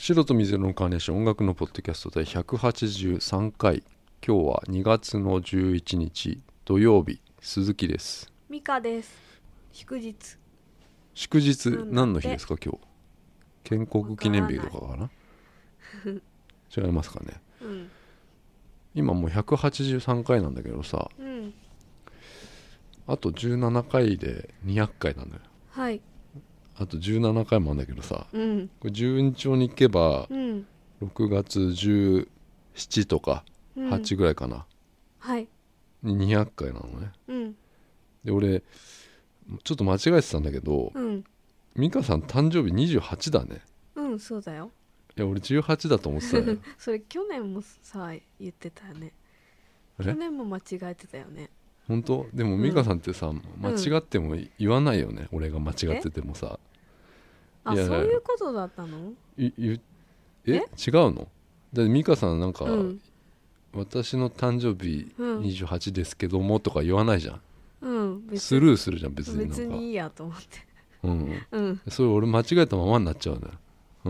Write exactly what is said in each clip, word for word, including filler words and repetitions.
白と水色のカーネーション音楽のポッドキャスト第ひゃくはちじゅうさんかい。今日はにがつのじゅういちにち土曜日。鈴木です。 ミカです。祝日。 祝日何の日ですか今日？建国記念日とかかな違いますかね、うん、今もうひゃくはちじゅうさんかいなんだけどさ、うん、あとじゅうななかいでにひゃっかいなのよ。 はい。 あとじゅうななかいもあるんだけどさ、うん、これ順調にいけば、うん、ろくがつじゅうしちとかはちぐらいかな、うん、 はいににひゃっかいなのね、うん、で俺ちょっと間違えてたんだけど、うん、美香さん誕生日にじゅうはちだね。 うんそうだよ。 いや俺じゅうはちだと思ってたよそれ去年もさ言ってたよね。去年も間違えてたよね。 本当？でも美香さんってさ、うん、間違っても言わないよね、うん、俺が間違っててもさ。 あ、そういうことだったの？ いいええ違うの？だって美香さんなんか、うん、私の誕生日にじゅうはちですけどもとか言わないじゃん、うん、スルーするじゃん別に。なんか別にいいやと思って、 うんうん、それ俺間違えたままになっちゃうのよ、うん、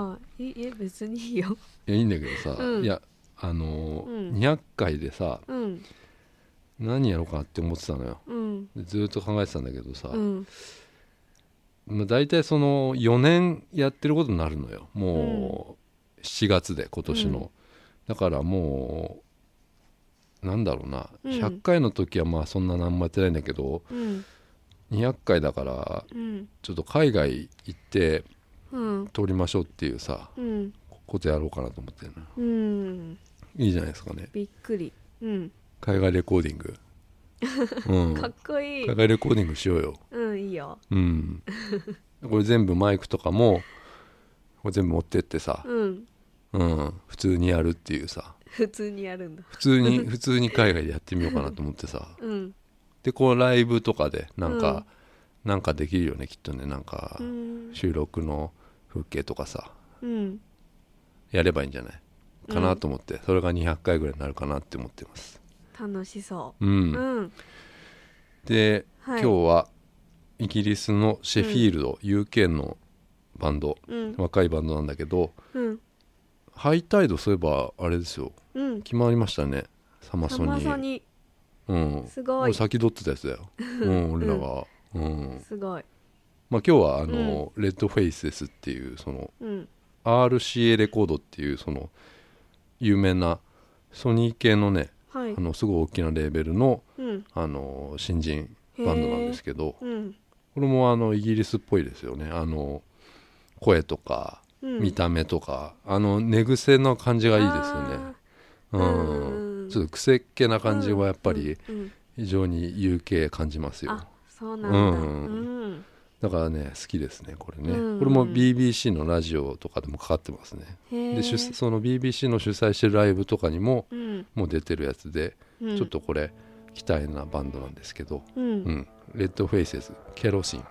ああいいえ別にいいよ。 いやいいんだけどさ、うん、いやあのーうん、にひゃっかいでさ、うん、何やろうかなって思ってたのよ、うん、でずっと考えてたんだけどさ、うんまあ、大体そのよねんやってることになるのよもうしがつで今年の、うん、だからもうなんだろうな、うん、ひゃっかいの時はまあそんな何もやってないんだけど、うん、にひゃっかいだからちょっと海外行って撮りましょうっていうさ、うん、ことやろうかなと思ってるの、うん、いいじゃないですかね。 びっくり、うん、 海外レコーディングうん、 かっこいい。 海外レコーディングしようよ。 うんいいよ、 うん、これ全部マイクとかもこれ全部持ってってさ、うんうん、普通にやるっていうさ。 普通にやるんだ。 普通に普通に海外でやってみようかなと思ってさ、うん、でこうライブとかでなんか、うん、なんかできるよねきっとね。なんか収録の風景とかさ、うん、やればいいんじゃないかなと思って、うん、それがにひゃっかいぐらいになるかなって思ってます。 楽しそう、 うんうん、で、はい、今日はイギリスのシェフィールド、うん、ユーケー のバンド、うん、若いバンドなんだけど、うん、ハイタイドそういえばあれですよ、うん、決まりましたね。サマソニー。サマソニー、うん、すごい先取ってたやつだよ、うん、俺らが、うんうん、すごい。まあ、今日はあの、うん、レッドフェイスですっていうその、うん、アールシーエー レコードっていうその有名なソニー系のね、はい、あのすごい大きなレーベル の,、うん、あの新人バンドなんですけど、うん、これもあのイギリスっぽいですよね。あの声とか、うん、見た目とかあの寝癖の感じがいいですよね。うんうん、ちょっと癖っ気な感じはやっぱり非常に ユーケー 感じますよ。あ、そうなんだ、うんうん、だからね好きですねこれね、うんうん、これも ビービーシー のラジオとかでもかかってますね。でその ビービーシー の主催してるライブとかにも、うん、もう出てるやつで、うん、ちょっとこれ期待なバンドなんですけど、うんうん、レッドフェイセスケロシン。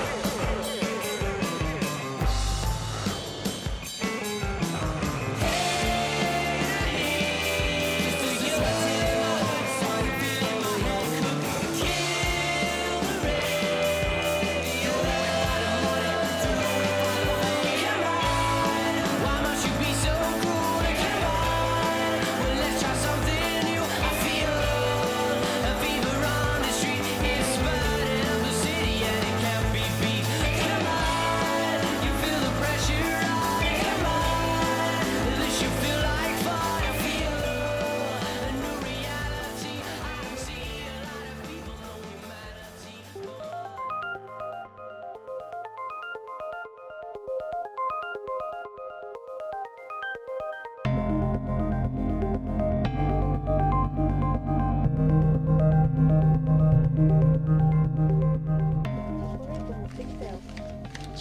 Hey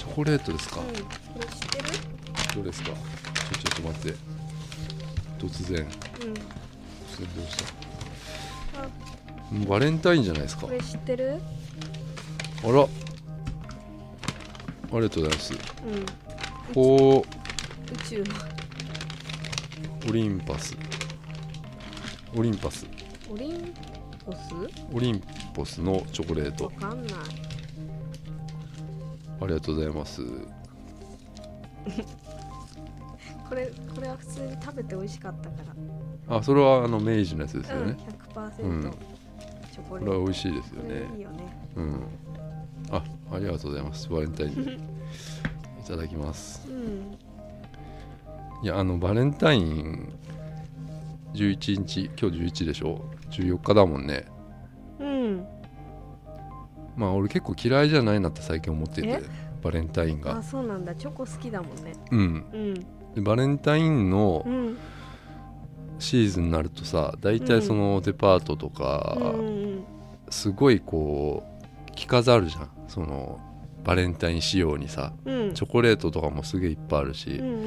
ョコレートですか、 うん、これ知ってる？ どうですか？ちょちょっと待って、突然、 うん、 突然どうした？ あ、 バレンタインじゃないですか。 これ知ってる？ あら、ありがとうございます。 うん、 こ宇宙のうオリンパスオリンパスオリンポスオリンポスのチョコレート。 わかんない。 ありがとうございます。 これこれは普通に食べて美味しかったかあ、それはあの明治のやつですら、うん、 よね。 ひゃくパーセント、 うん、 チョコレート。 これは美味しいですよこれね。 いいよね。 うん。あ、ありがとうございます。バレンタインデーいただきます。 うん、 いや、あのバレンタインじゅういちにち、今日じゅういちでしょ、じゅうよっかだもんね。 うん、 まあ俺結構嫌いじゃないなって最近思ってて、 えバレンタインが。 あ、そうなんだ。チョコ好きだもんね。 うん。 うん、 でバレンタインのうん、 シーズンになるとさ、大体そのデパートとか、 うん、 すごいこう着飾るじゃん、そのバレンタイン仕様にさ、 うん、 チョコレートとかもすげえいっぱいあるし、 うん、うん、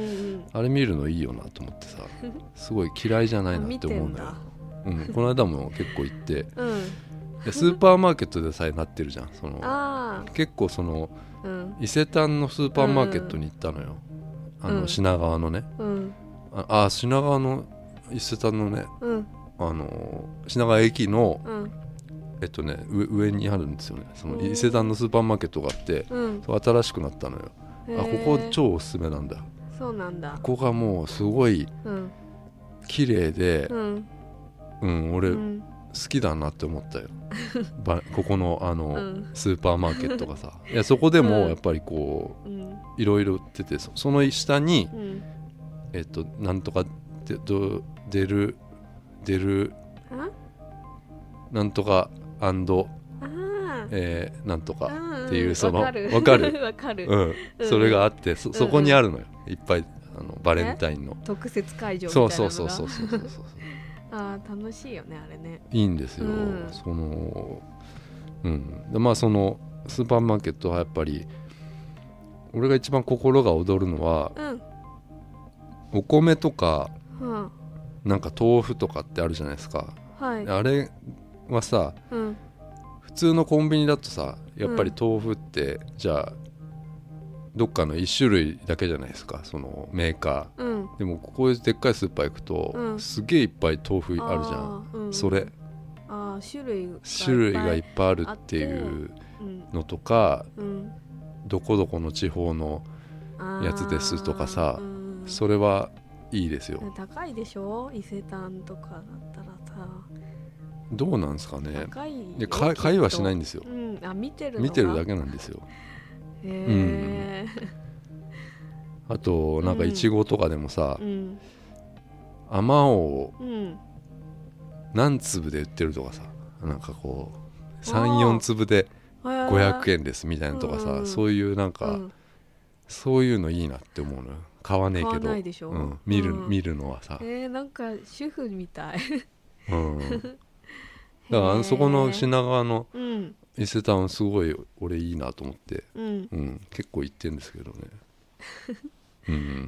あれ見るのいいよなと思ってさ、すごい嫌いじゃないなって思うのよ。うん、この間も結構行ってうん、 でスーパーマーケットでさえなってるじゃん、そのあ結構そのあ、うん、 伊勢丹のスーパーマーケットに行ったのよ、あのうん品川のね、 うん、 ああ品川の伊勢丹のね、 うん、 あの品川駅のうん、 えっとね上上にあるんですよね、その伊勢丹のスーパーマーケットがあって、 うん、 そう新しくなったのよ。あ、ここ超おすすめなんだ。 そうなんだ。 ここがもうすごいうん、 綺麗で、 うん、 うん、俺好うん、 きだなって思ったよばここのあの、 うん、 スーパーマーケットがさ、いやそこでもやっぱりこう、 うん、 いろいろ売ってて、そその下に、 うん、 えっとなんとかでど出る出るあ、 なんとかアンド、 あー、 えー、なんとかうん、 っていうそのわかるわかるわかる、 うんうん、 それがあってそそこにあるのよ、いっぱいあのバレンタインの。 特設会場みたいなのが。 そうそうそうそうそうそうそうあー、楽しいよねあれね。 いいんですよ、 うん、 そのうんでまあそのスーパーマーケットはやっぱり俺が一番心が躍るのは、 うん、 お米とかうん、 なんか豆腐とかってあるじゃないですか。 はい、 あれはさ、 うん、 普通のコンビニだとさ、やっぱり豆腐って、うん、じゃあどっかの一種類だけじゃないですか、そのメーカー、 うん、 でもここででっかいスーパー行くと、うん、すげえいっぱい豆腐あるじゃん、うん、それあ、種類種類がいっぱいあるっていうのとか、うん、どこどこの地方のやつですとかさ、うん、それはいいですよ。 高いでしょ伊勢丹とかだったらさ。 どうなんですかね。 高いで買いはしないんですよ、 うん、あ、見てるの見てるだけなんですよ。 へー、 うん、あとなんかいちごとかでもさ、 うん、 あまおうをうん、 何粒で売ってるとかさ、なんかこう さん,よん 粒でごひゃくえんですみたいなとかさ、うん、そういうなんか、うん、そういうのいいなって思うのよ。買わねえけど、買わないでしょ、うん、見る、うん、見るのはさ、 えー、なんか主婦みたい、 うん、だからそこの品川の伊勢丹すごい俺いいなと思って、うんうん、結構行ってんですけどね、うん、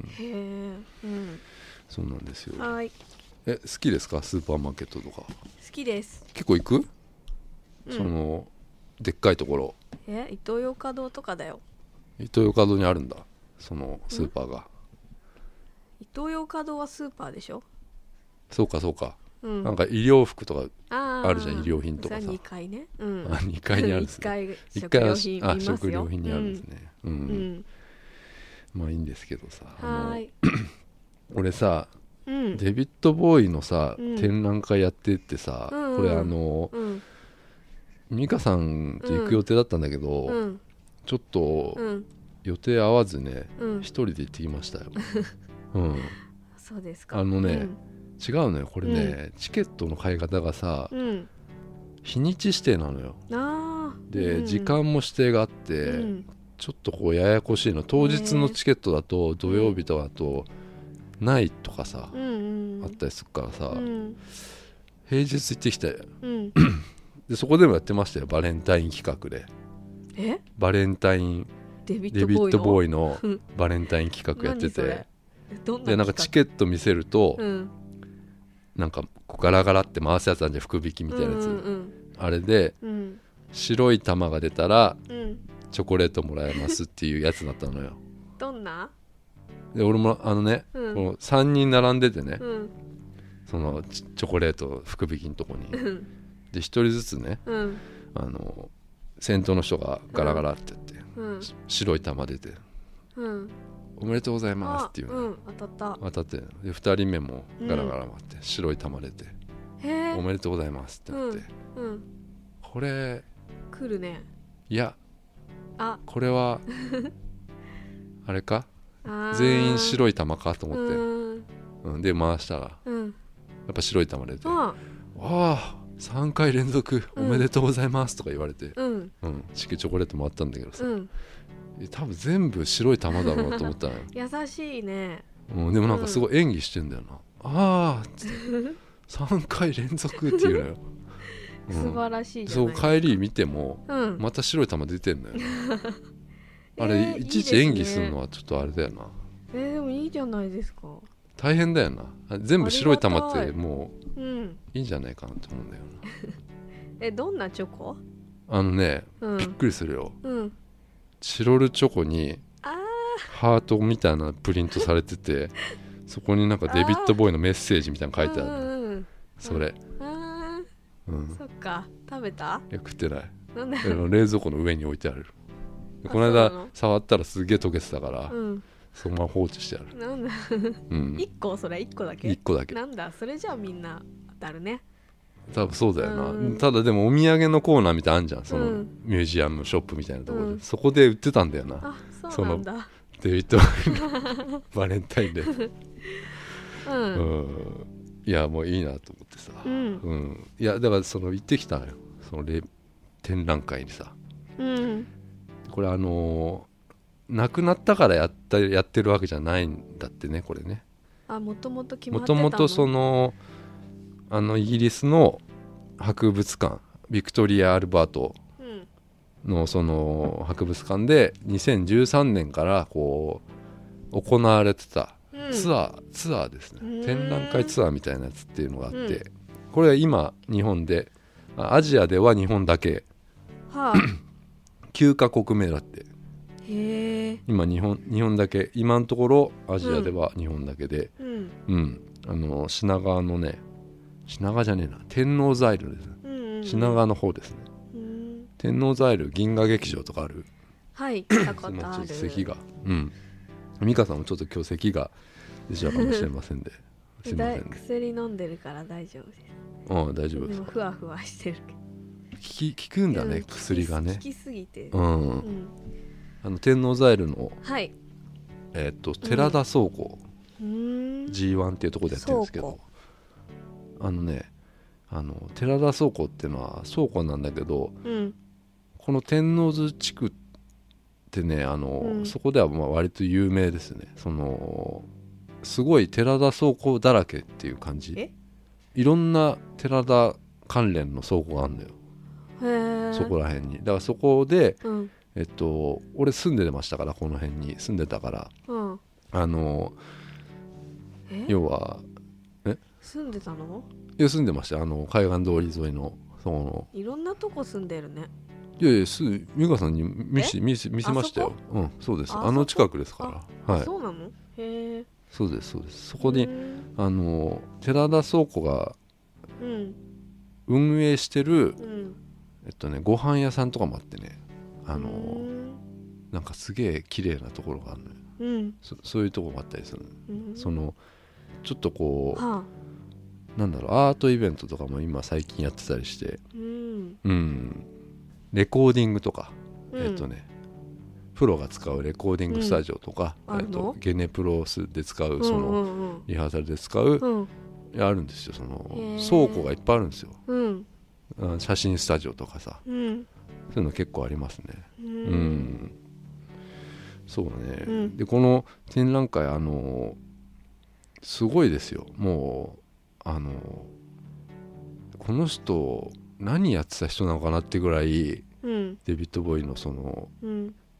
へえ、うん、そうなんですよ。はい。え、好きですかスーパーマーケットとか。好きです。 結構行く、うん、そのでっかいところ。 え、イトーヨーカドーとかだよ。 イトーヨーカドーにあるんだ、そのスーパーが。 イトーヨーカドーはスーパーでしょ。 そうかそうか、うん、なんか医療服とかあるじゃん、医療品とかさ。 にかいね、うん、 あにかいにあるんですね。 いっかい食料品見ますよ。 あ、食料品にあるんですね、うんうんうん、まあいいんですけどさ、 はい、 俺さ、うん、デビッド・ボーイのさ、うん、展覧会やってってさ、うん、これあの、うん、美香さんと行く予定だったんだけど、うん、ちょっと予定合わずね、うん、一人で行ってきましたよ、うん、 そうですか。 あのね、うん、違うのよこれね、チケットの買い方がさ、日にち指定なのよ。あで、時間も指定があって、ちょっとこうややこしいの。当日のチケットだと土曜日とかだとないとかさ、うんうん、あったりするからさ、うん、平日行ってきて、うん、でそこでもやってましたよ、バレンタイン企画で。 えバレンタインデビデビッド・ボーイのうんバレンタイン企画やって何それてどんなでなんかチケット見せると、 うん、 なんかこうガラガラって回すやつあるじゃん、福引きみたいなやつ、 うんうんあれでうん白い玉が出たらうんチョコレートもらえますっていうやつだったのよ。 どんなで俺もあのね、 うんこのさんにん並んでてね、 うんそのチチョコレート福引きのとこにうんでひとりずつね、 うんあの先頭の人がガラガラってやって、 うん白い玉出てうんおめでとうございますっていうの、 あうん当たっ当たってでふたりめもガラガラ回って、白い玉出てたへえおめでとうございますってなって、 うんこれ来るねいやあこれはあれかあー全員白い玉かと思って、 うんうん、で回したらやうんっぱ白い玉出てあああさんかい連続おめでとうございますとか言われて、 うんうん、チキチョコレートもあったんだけどさ、 うん多分全部白い玉だろうなと思ったのよ、 優しいねうん、でもなんかすごい演技してんだよな、ああっつってさんかい連続っていうのよ、うん、 素晴らしいじゃそうない帰り見てもうんまた白い玉出てんのよあれ、 えーいちいち演技するのはちょっとあれだよな、 えーでもいいじゃないですか大変だよなあ全部白い玉ってもうんういいんじゃないかなと思うんだよなえどんなチョコあのね、 うんびっくりするようんチロルチョコにあハートみたいなプリントされててそこになんかデビッド・ボーイのメッセージみたいなの書いてある、 うんうんうんそれ、 あうん、 ーそっか食べたいや食ってないなんであの冷蔵庫の上に置いてあるであこの間そうなの触ったらすげえ溶けてたから、 うんそのまま放置してある、 なんだうん、 一個それ一個だけいっこだけなんだそれじゃあみんな当たるね多分そうだよな、 うんただでもお土産のコーナーみたいなのあんじゃんその、 うんミュージアムショップみたいなところで、 うんそこで売ってたんだよなあそうなんだデビッド・ボーイのバレンタインデー、 ううんん、いやもういいなと思ってさ、 うんうんいやだからその行ってきたのよそのレ展覧会にさうんこれあのー亡くなったからやったやってるわけじゃないんだってねこれねあもともと決まもってたのともとそのあのイギリスの博物館ビクトリア・アルバートうんのその博物館でにせんじゅうさんねんからこう行われてたうんツアー、ツアーですねうん展覧会ツアーみたいなやつっていうのがあって、 うんこれは今日本であアジアでは日本だけはあきゅうカ国名だってへえ今日本日本だけ今のところアジアでは日本だけで、 うんうんあの品川のね品川じゃねえな天王ザイルですね、 うんうん品川の方ですねうん天王ザイル銀河劇場とかあるはい来たこそのちょっとあると咳がうん美香さんもちょっと今日咳が出ちゃうかもしれませんですいまだいせんね薬飲んでるから大丈夫ですうん大丈夫でですもかふわふわしてるけど効き効くんだね、 うん薬がね効きすぎてうん、 うんあの天王ザイルのはいえっ、と寺田倉庫、 うーんジーワン っていうところでやってるんですけどあのねあの寺田倉庫っていうのは倉庫なんだけどうんこの天王洲地区ってねあの、 うんそこではまあ割と有名ですねそのすごい寺田倉庫だらけっていう感じえいろんな寺田関連の倉庫があるんだよへえそこら辺にだからそこでうんえっと俺住んでましたからこの辺に住んでたからうんあのえ要は住んでたのいや住んでましたよあの海岸通り沿いのそのいろんなとこ住んでるねいやいやす美香さんに見せ見せ見せましたようんそうですああの近くですからはいそうなのへえそうですそうですそこにうんあの寺田倉庫がうん運営してるうんえっとねご飯屋さんとかもあってねあうのんなんかすげえ綺麗なところがあるのようんそそういうとこもあったりするのうんそのちょっとこはあうなんだろうアートイベントとかも今最近やってたりしてうんうんレコーディングとか、 うんえっとねプロが使うレコーディングスタジオとか、えっうんあるのとゲネプロスで使ううんそのうんリハーサルで使ううんいやあるんですよそのへー倉庫がいっぱいあるんですようんあ写真スタジオとかさうんそういうの結構ありますねううん、 んそうね、 うんでこの展覧会あのすごいですよもうあのこの人何やってた人なのかなってぐらいうんデビッド・ボーイのそのうん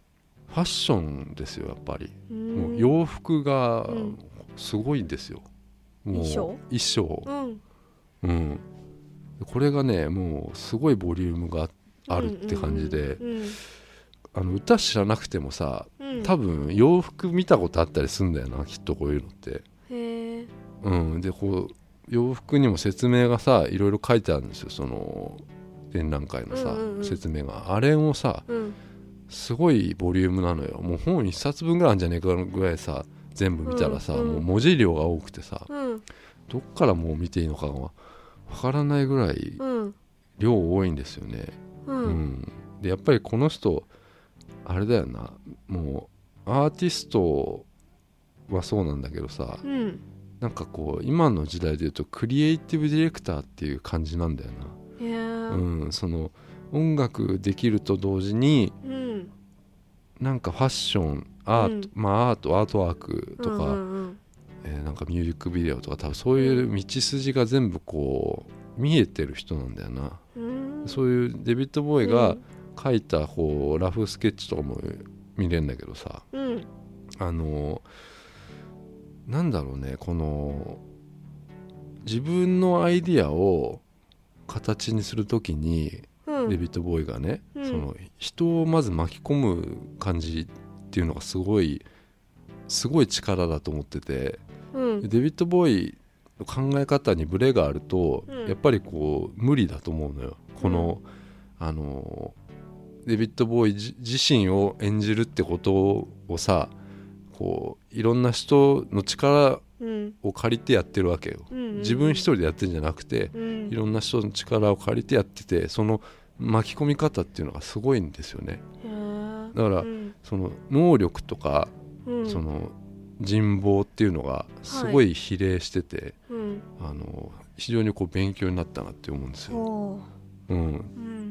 ファッションですよやっぱり。もう洋服がすごいんですよ、うん、もう衣装、うんうん、これがねもうすごいボリュームがあるって感じで、うんうんうん、あの歌知らなくてもさ、うん、多分洋服見たことあったりするんだよなきっとこういうのって。へー、うん、でこう洋服にも説明がさいろいろ書いてあるんですよ、その展覧会のさ、うんうんうん、説明が。あれもさ、うん、すごいボリュームなのよ。もう本いっさつぶんぐらいあるんじゃねえかぐらいさ全部見たらさ、うんうん、もう文字量が多くてさ、うん、どっからもう見ていいのかがわからないぐらい量多いんですよね、うんうん、でやっぱりこの人あれだよな、もうアーティストはそうなんだけどさ、うん、なんかこう今の時代でいうとクリエイティブディレクターっていう感じなんだよな、うん、その音楽できると同時に、うん、なんかファッションアート、うん、まあアートアートワークとか、うんうんうん、えー、なんかミュージックビデオとか多分そういう道筋が全部こう見えてる人なんだよな、うん、そういうデビッド・ボーイが描いたこうラフスケッチとかも見れるんだけどさ、うん、あのなんだろうね、この自分のアイディアを形にするときに、うん、デビッド・ボーイがね、うん、その人をまず巻き込む感じっていうのがすごいすごい力だと思ってて、うん、デビッド・ボーイの考え方にブレがあると、うん、やっぱりこう無理だと思うのよ。この、うん、あのデビッド・ボーイ自身を演じるってことをさ、こういろんな人の力を借りてやってるわけよ、うん、自分一人でやってるんじゃなくて、うん、いろんな人の力を借りてやってて、その巻き込み方っていうのがすごいんですよね。だから、うん、その能力とか、うん、その人望っていうのがすごい比例してて、はい、うん、あの非常にこう勉強になったなって思うんですよ、うんうん、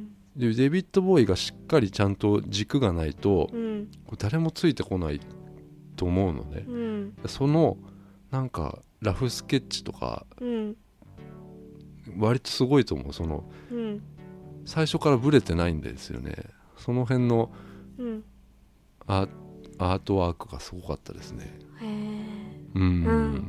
でデビッド・ボーイがしっかりちゃんと軸がないと、うん、誰もついてこないと思うのね、うん、そのなんかラフスケッチとか、うん、割とすごいと思う。その、うん、最初からブレてないんですよね。その辺の、うん、ア, アートワークがすごかったですね。へー、うんうん、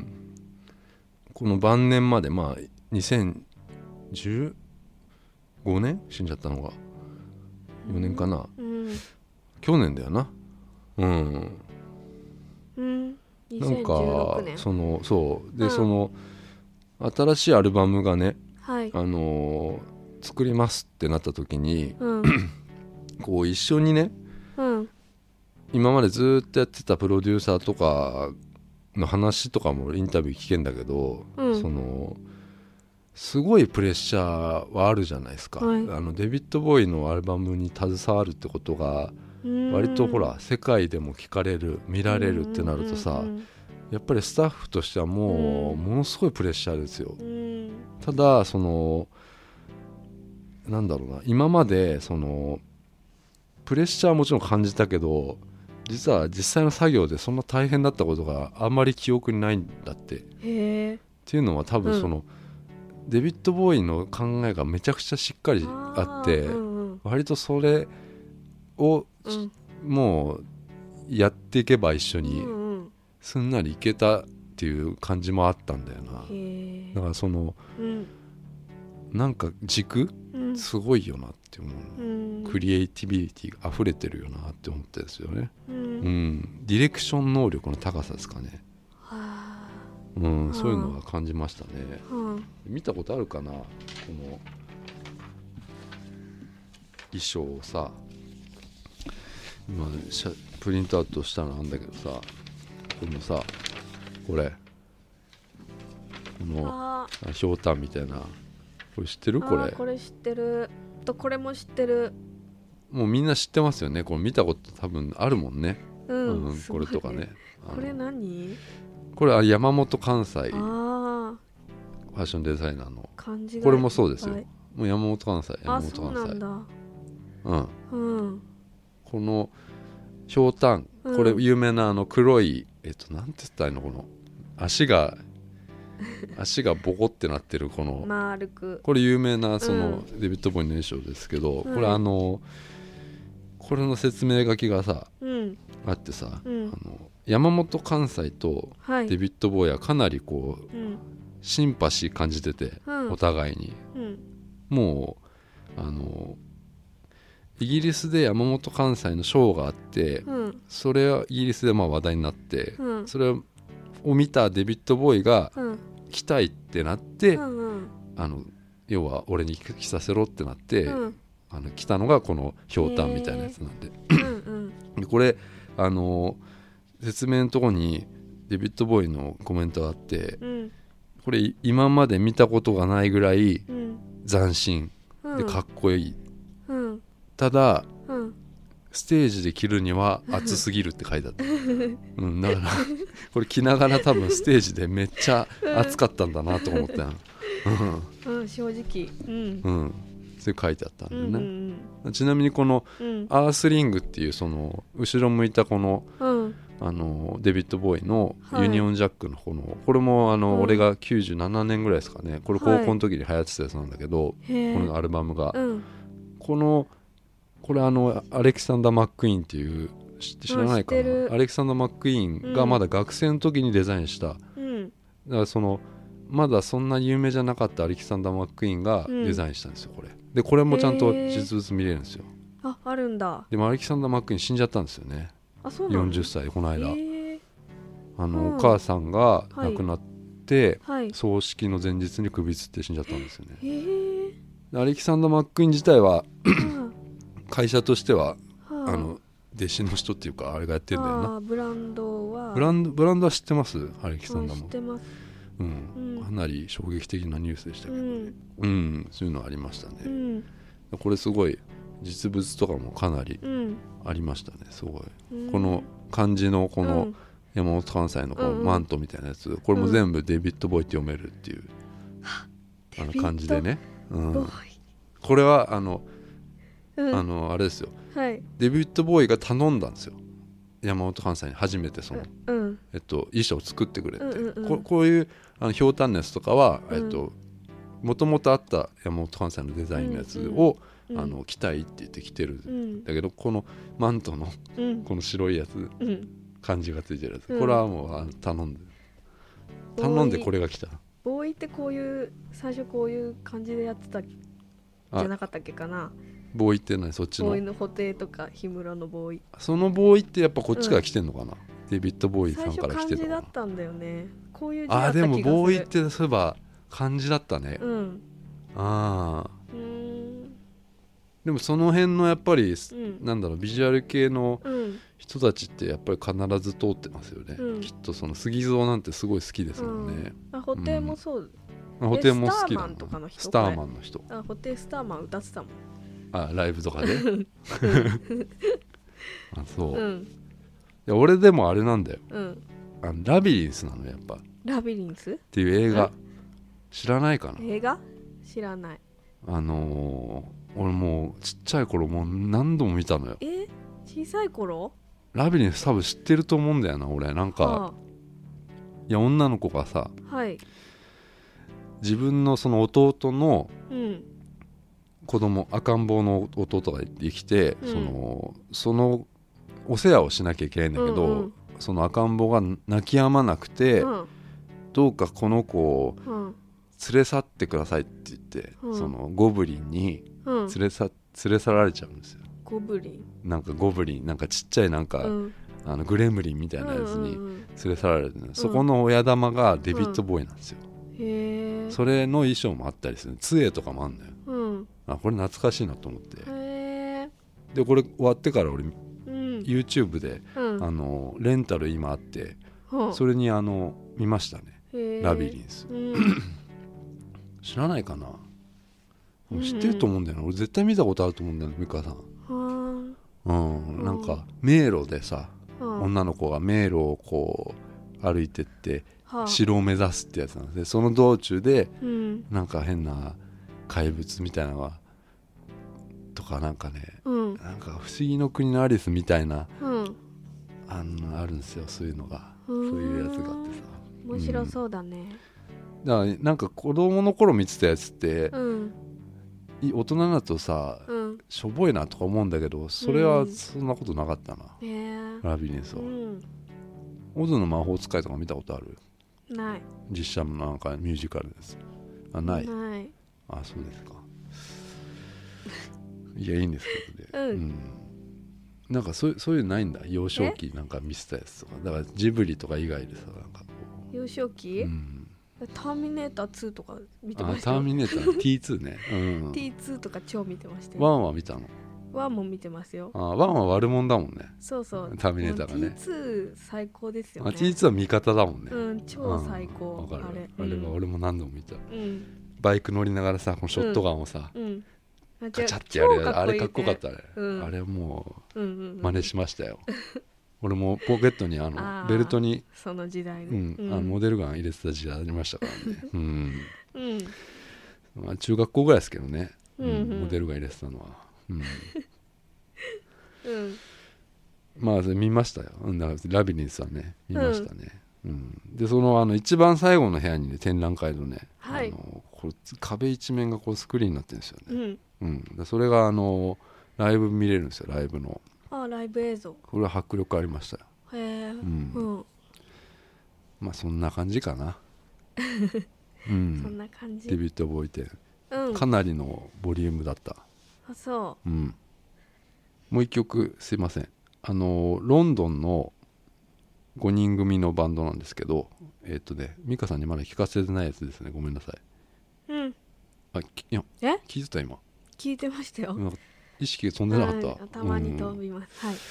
この晩年まで、まあにせんじゅうごねん死んじゃったのがよねんかな、うん、去年だよな、うんうん、なんかそのそうで、うん、その新しいアルバムがね、はい、あのー、作りますってなった時に、うん、こう一緒にね、うん、今までずっとやってたプロデューサーとかの話とかもインタビュー聞けんだけど、うん、そのすごいプレッシャーはあるじゃないですか、はい、あのデビッド・ボーイのアルバムに携わるってことが割とほら世界でも聞かれる見られるってなるとさ、やっぱりスタッフとしてはもうものすごいプレッシャーですよ。ただそのなんだろうな、今までそのプレッシャーはもちろん感じたけど、実は実際の作業でそんな大変だったことがあんまり記憶にないんだって。へーっていうのは多分その、うん、デビッド・ボーイの考えがめちゃくちゃしっかりあって、うんうん、割とそれを、うん、もうやっていけば一緒にすんなりいけたっていう感じもあったんだよな。へだからその、うん、なんか軸、うん、すごいよなって思う、うん、クリエイティビティが溢れてるよなって思ってるんですよね、うんうん、ディレクション能力の高さですかね、はうん、そういうのは感じましたね、は見たことあるかな、この衣装をさ、今プリントアウトしたのなんだけどさ、このさ、これこのひょうたんみたいな、これ知ってる？これこれ知ってると、これも知ってる。 もうみんな知ってますよね。これ見たこと多分あるもんね、うんうん、これとかね。 これ何？ これは山本関西ファッションデザイナーの漢字がこれもそうですよ。もう山本関西山本関西、あ、そうなんだ、うんうん、このひょうたん、これ有名なあの黒い、えっとなんて言ったらいいの、この足が足がボコってなってるこの丸く、 これ有名なそのデビッド・ボーイの衣装ですけど、うん、これあのこれの説明書きがさ、 うん、 あってさ、 うん、 あの山本関西とデビッド・ボーイはかなりこう、はい、シンパシー感じてて、うん、お互いに、うん、もうあのイギリスで山本関西のショーがあって、うん、それはイギリスでまあ話題になって、うん、それを見たデビッド・ボーイが来たいってなって、うんうん、あの要は俺に来させろってなって、うん、あの来たのがこのひょうたんみたいなやつなんで、うん、うん、でこれあの説明のところにデビッド・ボーイのコメントがあって、うん、これ今まで見たことがないぐらい斬新でかっこいい、うん、ただ、うん、ステージで着るには暑すぎるって書いてあった、うん、だからこれ着ながら多分ステージでめっちゃ暑かったんだなと思ったよ、 うんうん、正直、うんうん、それ書いてあったんだよね、うんうん、ちなみにこのアースリングっていうその後ろ向いたこの、うん、あのデビッド・ボーイのユニオンジャックのこの、はい、これもあの、うん、俺がきゅうじゅうななねんぐらいですかね、これ高校の時に流行ってたやつなんだけど、はい、このアルバムが、うん、このこれあのアレキサンダー・マックイーンっていう知らないかな、アレキサンダー・マックイーンがまだ学生の時にデザインした、うん、だからそのまだそんな有名じゃなかったアレキサンダー・マックイーンがデザインしたんですよ、これでこれもちゃんと実物見れるんですよ。 あ、あるんだ。 でもアレキサンダー・マックイーン死んじゃったんですよね。 あ、そうなの？ よんじゅっさいでこの間、あの、うん、お母さんが亡くなって、はい、葬式の前日に首つって死んじゃったんですよね。アレキサンダー・マックイーン自体は会社としては、はあ、あの弟子の人っていうかあれがやってるんだよな。 ブランドはブランドブランドは知ってます？アレキサンダーも。 知ってます。 うん、うん、かなり衝撃的なニュースでしたけどね、うんうん、そういうのありましたね、うん、これすごい実物とかもかなりありましたね、すごい、うん、この漢字のこの山本関西のこのマントみたいなやつ、これも全部デビッド・ボーイって読めるっていう、うん、あの漢字でね、うん、これはあの、うん、あのあれですよ、はい、デビッド・ボーイが頼んだんですよ、山本関西に初めてその、うんえっと、衣装を作ってくれって、うんうんうん、こ, こういうあのひょうたんのやつとかは、うん、えっともともとあった山本関西のデザインのやつを、うんうん、あの着たいって言って着てる、うん、だけどこのマントの、うん、この白いやつ、うん、漢字がついてるやつ、うん、これはもうあの頼んで頼んでこれが来た。 ボーイってこういう最初こういう感じでやってたじゃなかったっけかな。 ボーイって何？そっちのボーイの布袋とか氷室のボーイ、 そのボーイってやっぱこっちから来てんのかな、うん、デビッド・ボーイさんから来てるのかな。 最初漢字だったんだよね、こういう字だったあでもボーイってそういえば漢字だったね、うん、ああうーんでもその辺のやっぱり、うん、なんだろうビジュアル系の人たちってやっぱり必ず通ってますよね、うん、きっとその杉蔵なんてすごい好きですもんね、 うん、あ布袋もそう、 うん、布袋も好きだスターマンとかの人、 スターマンの人、 あ布袋スターマン歌ってたもん、 あライブとかであそう、うん、いや俺でもあれなんだよ、うん、あのラビリンスなのやっぱ。 ラビリンスっていう映画知らないかな。 映画知らない。 あのー、俺もうちっちゃい頃もう何度も見たのよ。 え小さい頃ラビリンス多分知ってると思うんだよな俺なんか、はあ、いや女の子がさ、はい、自分のその弟の、うん子供赤ん坊の弟ができて、うん、そのそのお世話をしなきゃいけないんだけど、うんうん、その赤ん坊が泣き止まなくて、うん、どうかこの子を連れ去ってくださいって言って、うん、そのゴブリンに連れさ、うん、連れ去られちゃうんですよ。 ゴブリンなんかゴブリンなんかちっちゃいなんか、うん、あのグレムリンみたいなやつに連れ去られて、ね、うん、そこの親玉がデビッド・ボーイなんですよ、うん、へそれの衣装もあったりする、杖とかもあるんだよ、うんあこれ懐かしいなと思って、へでこれ終わってから俺、うん、YouTube で、うん、あのレンタル今あって、うん、それにあの見ましたねラビリンス、うん、知らないかな、うん、知ってると思うんだよな、俺絶対見たことあると思うんだよね美香さん、うん、なんか迷路でさ、うん、女の子が迷路をこう歩いてって、うん、城を目指すってやつなんで、その道中で、うん、なんか変な怪物みたいなのがとかなんかね、うん、なんか不思議の国のアリスみたいな、うん、あのあるんですよそういうのが、そういうやつがあってさ面白そうだね、 うん、だからなんか子供の頃見てたやつって、うん、 大人になるとさ、うん、しょぼいなとか思うんだけど、それはそんなことなかったな、うん、ラビリンスは、うん、オズの魔法使いとか見たことある？ ない。 実写のなんかミュージカルです。あ、ない。 ない。 あ、そうですか。いや、いいんですけどね、うんうん、なんかそう、そういうのないんだ、幼少期なんか見せたやつとか。だからジブリとか以外でさ、なんかこう幼少期、うん、ターミネーターツーとか見てました。 あ、ターミネーター ティーツー ね、 うん、ティーツー とか超見てましたよ。 ワンは見たの？ ワンも見てますよ。 あ、ワンは悪者だもんね。 そうそう、 ターミネーターがね。 ティーツー 最高ですよね。 あ、 ティーツー は味方だもんね。 うん、超最高。 あ、あれ、 あれは俺も何度も見た、うん、バイク乗りながらさ、このショットガンをさ、うんうんガチャってやる、あれかっこよかったね、うん、あれもう真似しましたよ、うんうんうん、俺もポケットにあのあベルトにその時代ね、 うんうん、あのモデルガン入れてた時代ありましたからね、うんうん、まあ、中学校ぐらいですけどね、うんうん、モデルガン入れてたのは、うんうん、まあ見ましたよ、ラビリンスはね見ましたね、うんうん、でそのあの一番最後の部屋にね、展覧会のね、はい、あのこれ壁一面がこうスクリーンになってるんですよね、うんうん、でそれがあのライブ見れるんですよ、ライブの。 あ、ライブ映像。 これは迫力ありましたよ。 へえ、 うんうん、まあそんな感じかな、 うん、そんな感じ。 デビッド・ボーイテン、うん、かなりのボリュームだった。 あ、そう、 うん、もう一曲すいません、あのロンドンのごにん組のバンドなんですけど、えっとね、美香さんにまだ聞かせてないやつですね、ごめんなさい。うん、あ、いや、え聞いてた？今聞いてましたよ。 意識が飛んでなかった、はい、 たまに飛びます、うん、はい。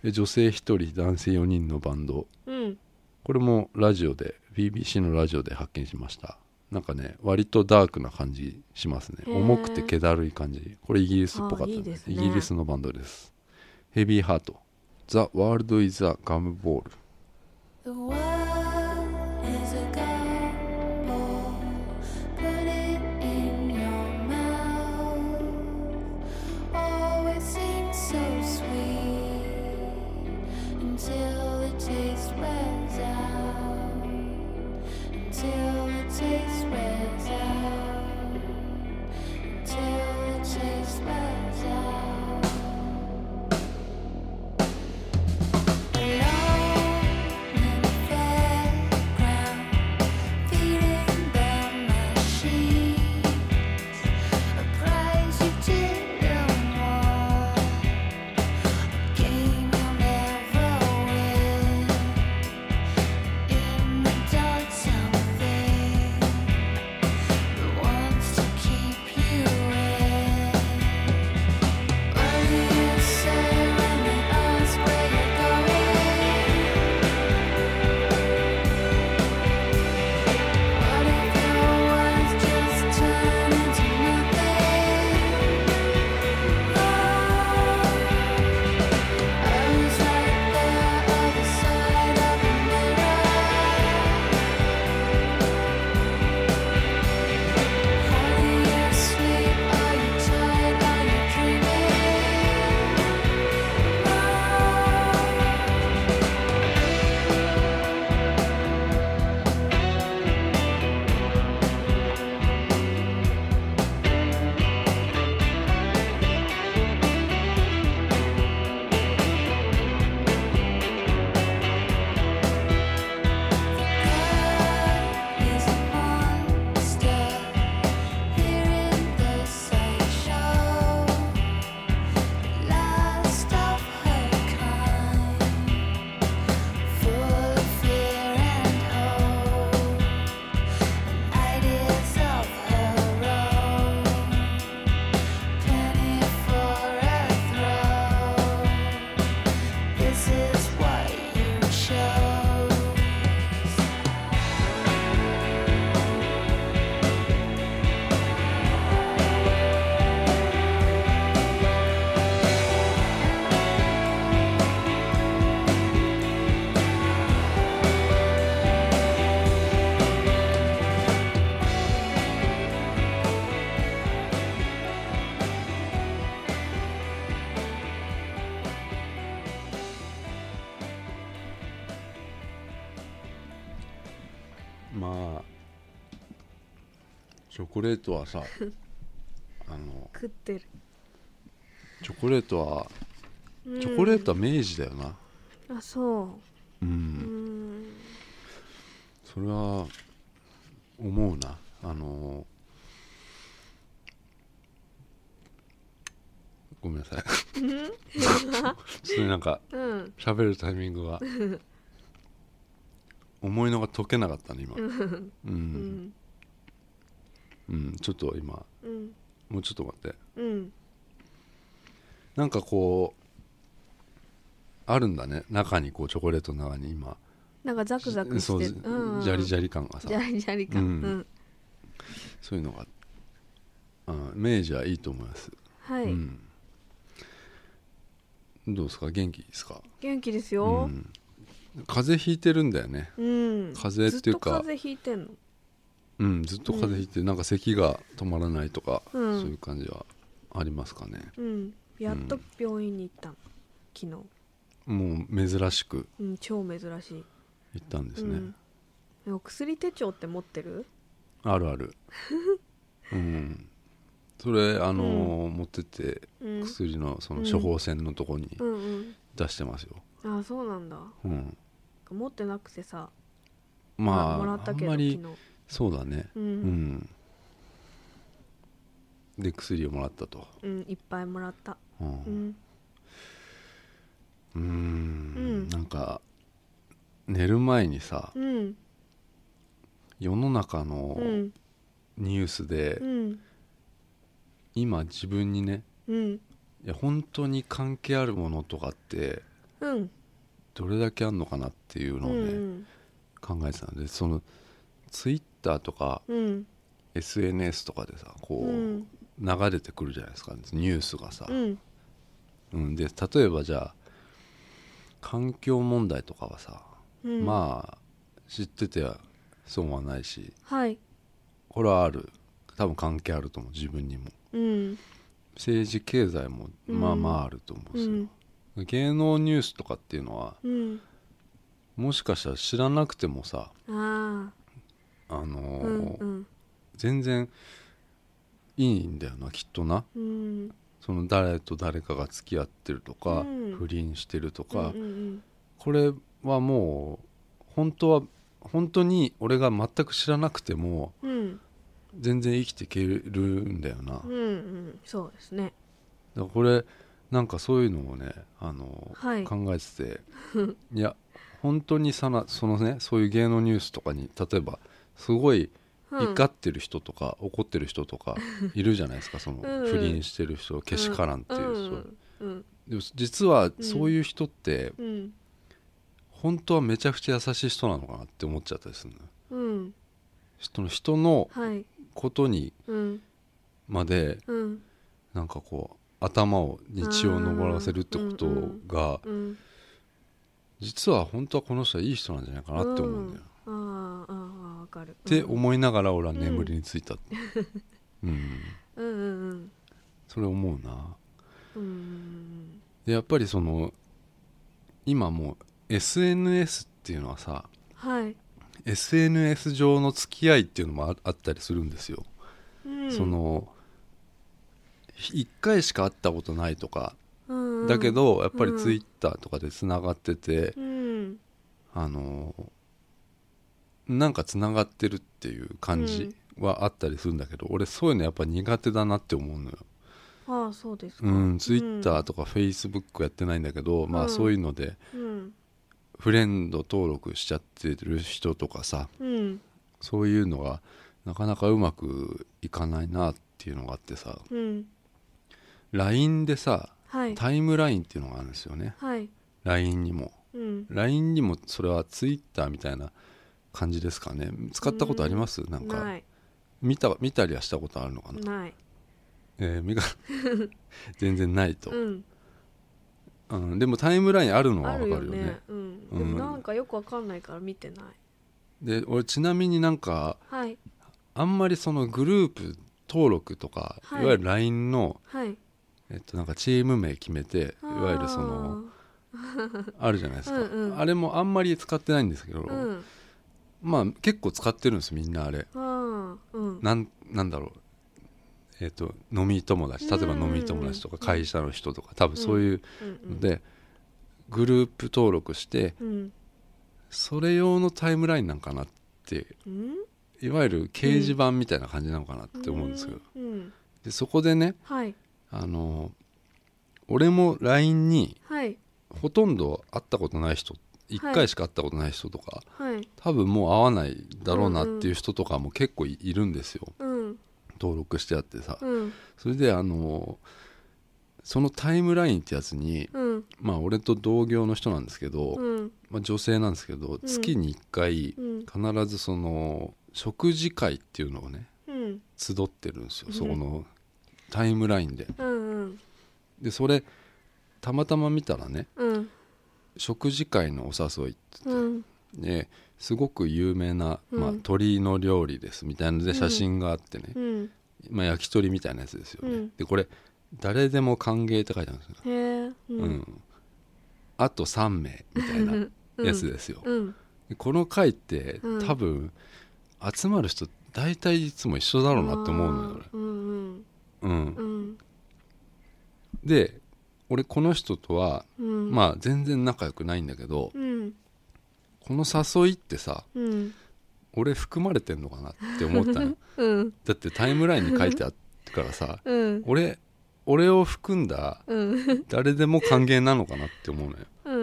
女性ひとり男性よにんのバンド、うん、これもラジオで ビービーシー のラジオで発見しました。なんかね割とダークな感じしますね、重くて気だるい感じ。これイギリスっぽかった、ね、いいですね、イギリスのバンドです。ヘビーハート The World is a Gumball。 The world is a gumball, put it in your mouth, oh it seems so sweet until the taste wears out, until the taste wears out, until the taste wears out.まあチョコレートはさあの食ってる。 チョコレートは、うん、チョコレートは明治だよな。 あ、そう。 うん、うん、 それは思うな。あのごめんなさいそれなんか喋、うん、るタイミングが思いのが解けなかったね今うん、うんうん、ちょっと今、うん、もうちょっと待って、うん、なんかこうあるんだね、中にこうチョコレートの中に今なんかザクザクしてそう、うんうん、ジャリジャリ感がさ、 ジャリジャリ感、うんうん、 そういうのが、うん、明治はいいと思います。はい、うん、どうですか、元気ですか？ 元気ですよ、うん、 風邪ひいてるんだよね、うん、風邪っていうかずっと風邪ひいてんの？ うん、ずっと風邪ひいて、うん、なんか咳が止まらないとか、うん、そういう感じはありますかね、 うん、やっと病院に行ったの、昨日もう珍しく、 うん、超珍しい行ったんですね、 うん、お薬手帳って持ってる？ あるあるうん、それあのーうん、持ってて、うん、薬のその処方箋のとこに出してますよ、 うんうん、ああそうなんだ、うん、持ってなくてさ、 まあもらったけどあんまり昨日そうだね、うん、うん、で薬をもらったと、 うん、いっぱいもらった、うん、うんうーん、うん、なんか寝る前にさ、うん、世の中のニュースで、うん、今自分にね、うん、いや本当に関係あるものとかって、うん、どれだけあるのかなっていうのをね、うん、考えてたので、そのツイッターとか、うん、エスエヌエス とかでさこう、うん、流れてくるじゃないですか、ニュースがさ、うんうん、で例えばじゃあ環境問題とかはさ、うん、まあ知ってては損はないし、はい、これはある、多分関係あると思う、自分にも、うん、政治経済もまあまああると思うんですよ、うん、芸能ニュースとかっていうのは、うん、もしかしたら知らなくてもさ、ああのーうんうん、全然いいんだよなきっとな、うん、その誰と誰かが付き合ってるとか、うん、不倫してるとか、うんうんうん、これはもう本当は本当に俺が全く知らなくても、うん、全然生きていけるんだよな、 うんうん、そうですね。 だからこれなんかそういうのをね、あの、はい、考えてていや本当にさなそのね、そういう芸能ニュースとかに例えばすごい怒ってる人とか、うん、怒ってる人とかいるじゃないですかその不倫してる人、けしからんっていう人、うんうん、でも実はそういう人って、うん、本当はめちゃくちゃ優しい人なのかなって思っちゃったりするの、うん、人の人のことにまで、うん、なんかこう頭を日を昇らせるってことが、うんうん、実は本当はこの人はいい人なんじゃないかなって思うんだよ、うん、ああ分かるって思いながら俺は眠りについた、うんうん、うんうんうん、それ思うな、うん、でやっぱりその今もう エスエヌエス っていうのはさ、はい、エスエヌエス 上の付き合いっていうのも あ, あったりするんですよ、うん、そのいっかいしか会ったことないとか、うんうん、だけどやっぱりツイッターとかでつながってて、うん、あのなんかつながってるっていう感じはあったりするんだけど、うん、俺そういうのやっぱ苦手だなって思うのよ。 ああそうですか、 うん、ツイッターとかフェイスブックやってないんだけど、うん、まあそういうので、うん、フレンド登録しちゃってる人とかさ、うん、そういうのがなかなかうまくいかないなっていうのがあってさ、うん、ライン でさ、はい、タイムラインっていうのがあるんですよね、はい、ライン にも、うん、ライン にもそれはツイッターみたいな感じですかね。使ったことあります？なんかない、見た、見たりはしたことあるのかな。 ない、 えー、見が全然ないと、うんうん、でもタイムラインあるのは分かるよね。あるよね、 うんうん、でもなんかよく分かんないから見てない。 で俺ちなみになんか、はい、あんまりそのグループ登録とか、はい、いわゆる ライン の、はい、えっと、なんかチーム名決めて、いわゆるそのあるじゃないですか、うんうん、あれもあんまり使ってないんですけど、うん、まあ結構使ってるんですみんなあれ、うん、なん、なんだろう、 えー、と飲み友達、例えば飲み友達とか会社の人とか、多分そういうのでグループ登録して、うん、それ用のタイムラインなんかなって、うん、いわゆる掲示板みたいな感じなのかなって思うんですけど、うんうん、でそこでね、はい、あの俺も ライン にほとんど会ったことない人、いっかいしか会ったことない人とか、はい、多分もう会わないだろうなっていう人とかも結構 い, いるんですよ、うん、登録してあってさ、うん、それであのそのタイムラインってやつに、うん、まあ俺と同業の人なんですけど、うん、まあ、女性なんですけど、うん、月にいっかい必ずその食事会っていうのをね、うん、集ってるんですよ、うん、そこのタイムラインで、うんうん、でそれたまたま見たらね、うん、食事会のお誘いって言って、うん、ですごく有名な、まあ、鶏の料理ですみたいなので写真があってね、うんまあ、焼き鳥みたいなやつですよね、うん、でこれ誰でも歓迎って書いてあるんですよ、へー、うんうん、あとさんめいみたいなやつですよ、うん、この会って、うん、多分集まる人大体いつも一緒だろうなって思うのよ、うんうんうん、で俺この人とは、うん、まあ全然仲良くないんだけど、うん、この誘いってさ、うん、俺含まれてんのかなって思ったの、うん、だってタイムラインに書いてあってからさ、うん、俺俺を含んだ誰でも歓迎なのかなって思うのよ、うん、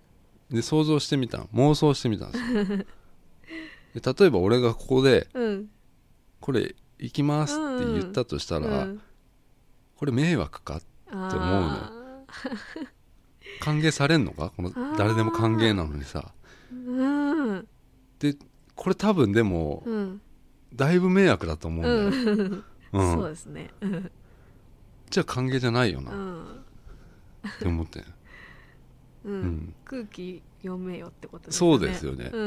で想像してみた妄想してみたんですよで例えば俺がここで、うん、これ行きますって言ったとしたら、うん、これ迷惑かって思うのよ歓迎されんのかこの誰でも歓迎なのにさ、うん、でこれ多分でも、うん、だいぶ迷惑だと思うんだよ、うんうん、 そうですねじゃあ歓迎じゃないよな、うん、って思って、 うんうん、空気読めよってことですね。そうですよね、うんうん、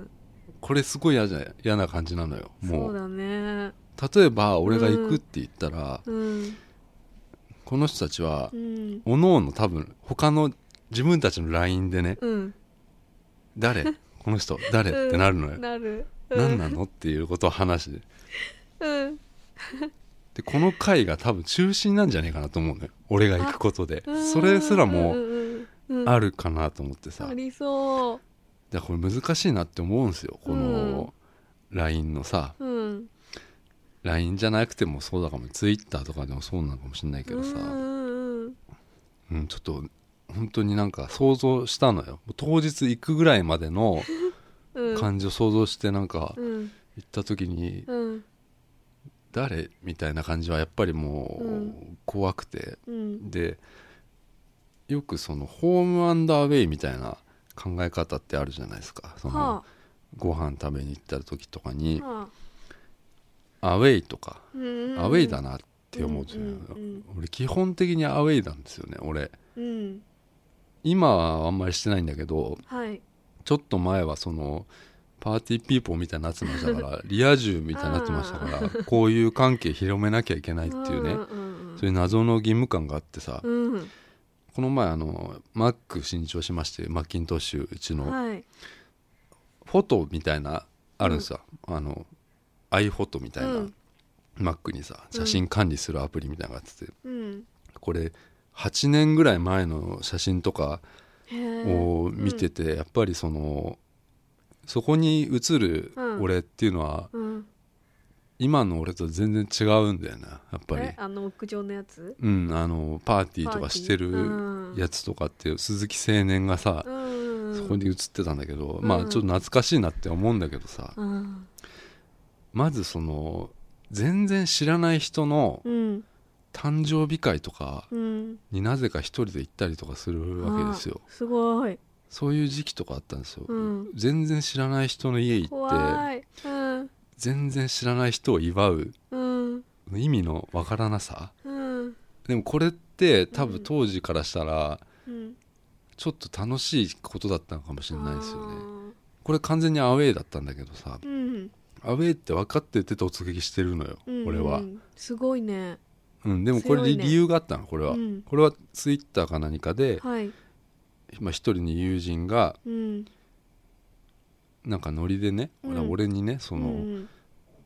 これすごい嫌じゃ嫌な感じなのよもう。 そうだね。 例えば俺が行くって言ったら、うん、この人たちは、うん、おのおの多分他の自分たちの ライン でね、うん、誰この人誰、うん、ってなるのよ。 なる、 うん、何なのっていうことを話して、うんでこの会が多分中心なんじゃねえかなと思うのよ俺が行くことで。それすらもあるかなと思ってさ、 ありそう。 だからこれ難しいなって思うんですよこの ライン のさ、うん、ライン じゃなくてもそうだかも Twitter とかでもそうなのかもしれないけどさ、うんうん、ちょっと本当になんか想像したのよ当日行くぐらいまでの感じを想像してなんか行った時に、うん誰みたいな感じはやっぱりもう怖くて、うん、でよくそのホームアンダーウェイみたいな考え方ってあるじゃないですか。その、はあ、ご飯食べに行った時とかに、はあ、アウェイとか、うんうん、アウェイだなって思うんですよ、うんうん、俺基本的にアウェイなんですよね俺、うん、今はあんまりしてないんだけど、はい、ちょっと前はそのパーティーピーポーみたいになってましたからリア充みたいになってましたからこういう関係広めなきゃいけないっていうね、そういう謎の義務感があってさ、うん、この前あの Mac 新調しましてマッキントッシュうちの、はい、フォトみたいなあるんですよ、うん、あの iPhoto みたいな、うん、Mac にさ写真管理するアプリみたいなのがあってて、うん、これはちねんぐらい前の写真とかを見てて、うん、やっぱりそのそこに映る俺っていうのは、うん、今の俺と全然違うんだよなやっぱり。 あの屋上のやつ、 うん、あのパーティーとかしてるやつとかっていう鈴木青年がさ、うん、そこに映ってたんだけど、うん、まあちょっと懐かしいなって思うんだけどさ、うん、まずその全然知らない人の誕生日会とかになぜか一人で行ったりとかするわけですよ、 すごい。 そういう時期とかあったんですよ、うん、全然知らない人の家行って、うん、全然知らない人を祝う、うん、意味のわからなさ、うん、でもこれって多分当時からしたら、うん、ちょっと楽しいことだったのかもしれないですよね。これ完全にアウェーだったんだけどさ、うん、アウェーって分かってて突撃してるのよ、うん、俺は。 すごいね、 うん、でもこれ、ね、理由があったのこれは、うん、これはツイッターか何かで、はい、まあ、一人の友人が、うん、なんかノリでね、うん、俺にねその、うん、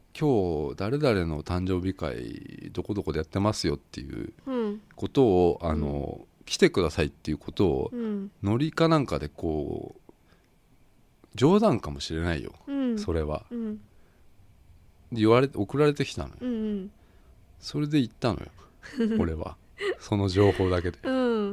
今日誰々の誕生日会どこどこでやってますよっていうことを、うん、あの来てくださいっていうことを、うん、ノリかなんかでこう冗談かもしれないよ、うん、それは、うん、言われ送られてきたのよ、うんうん、それで言ったのよ俺はその情報だけで、うん、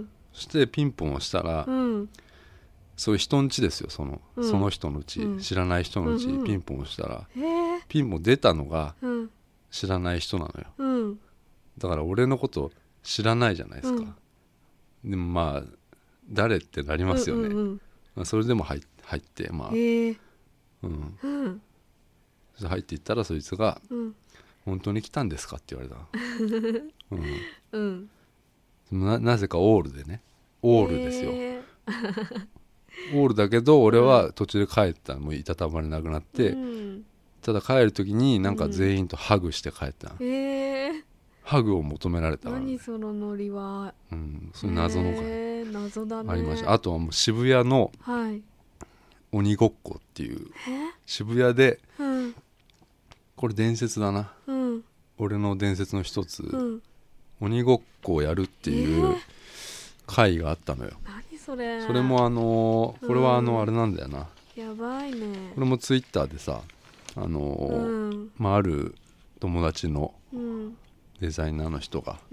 そしてピンポンをしたら、うん、そういう人ん家ですよ、その、うん、その人の家、うん、知らない人の家、うんうん、ピンポンをしたら、ピンポン出たのが知らない人なのよ、うん、だから俺のこと知らないじゃないですか、うん、でもまあ誰ってなりますよね、うんうんうん、まあ、それでも 入, 入ってまあ、うんうん、そして入っていったらそいつが、うん、本当に来たんですかって言われた、うんうん、な, なぜかオールでね、オールですよ、オールだけど俺は途中で帰った、もういたたまれなくなって、うん、ただ帰る時になんか全員とハグして帰った、うん、えー、ハグを求められたから、ね、 何そのノリは、 うん、そういう謎のが、 えー、謎だね、 ありました。あとはもう渋谷の鬼ごっこっていう、はい、渋谷で、うん、これ伝説だな、うん、俺の伝説の一つ、うん、鬼ごっこをやるっていう会があったのよ、えーそれ, それもあのー、これはあのあれなんだよな、 うん、やばいね。 これもツイッターでさ、あのーうん、まあ、ある友達のデザイナーの人が、うん、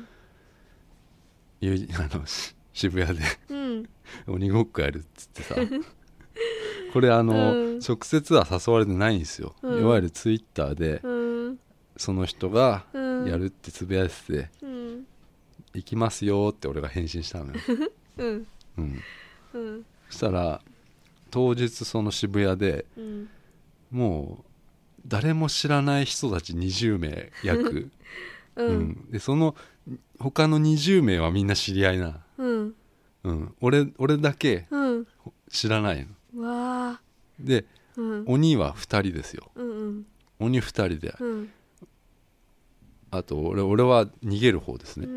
あの渋谷で、うん、鬼ごっこやるっつってさこれあの、うん、直接は誘われてないんですよ、うん、いわゆるツイッターで、うん、その人がやるってつぶやいてて、うん、行きますよって俺が返信したのようんうんうん、そしたら当日その渋谷で、うん、もう誰も知らない人たちにじゅうめい約、うんうん、でその他のにじゅうめいはみんな知り合いな、うんうん、俺, 俺だけ知らないの、わで、うん、鬼はふたりですよ、うんうん、鬼ふたりで、うん、あと 俺, 俺は逃げる方ですね、うんうん、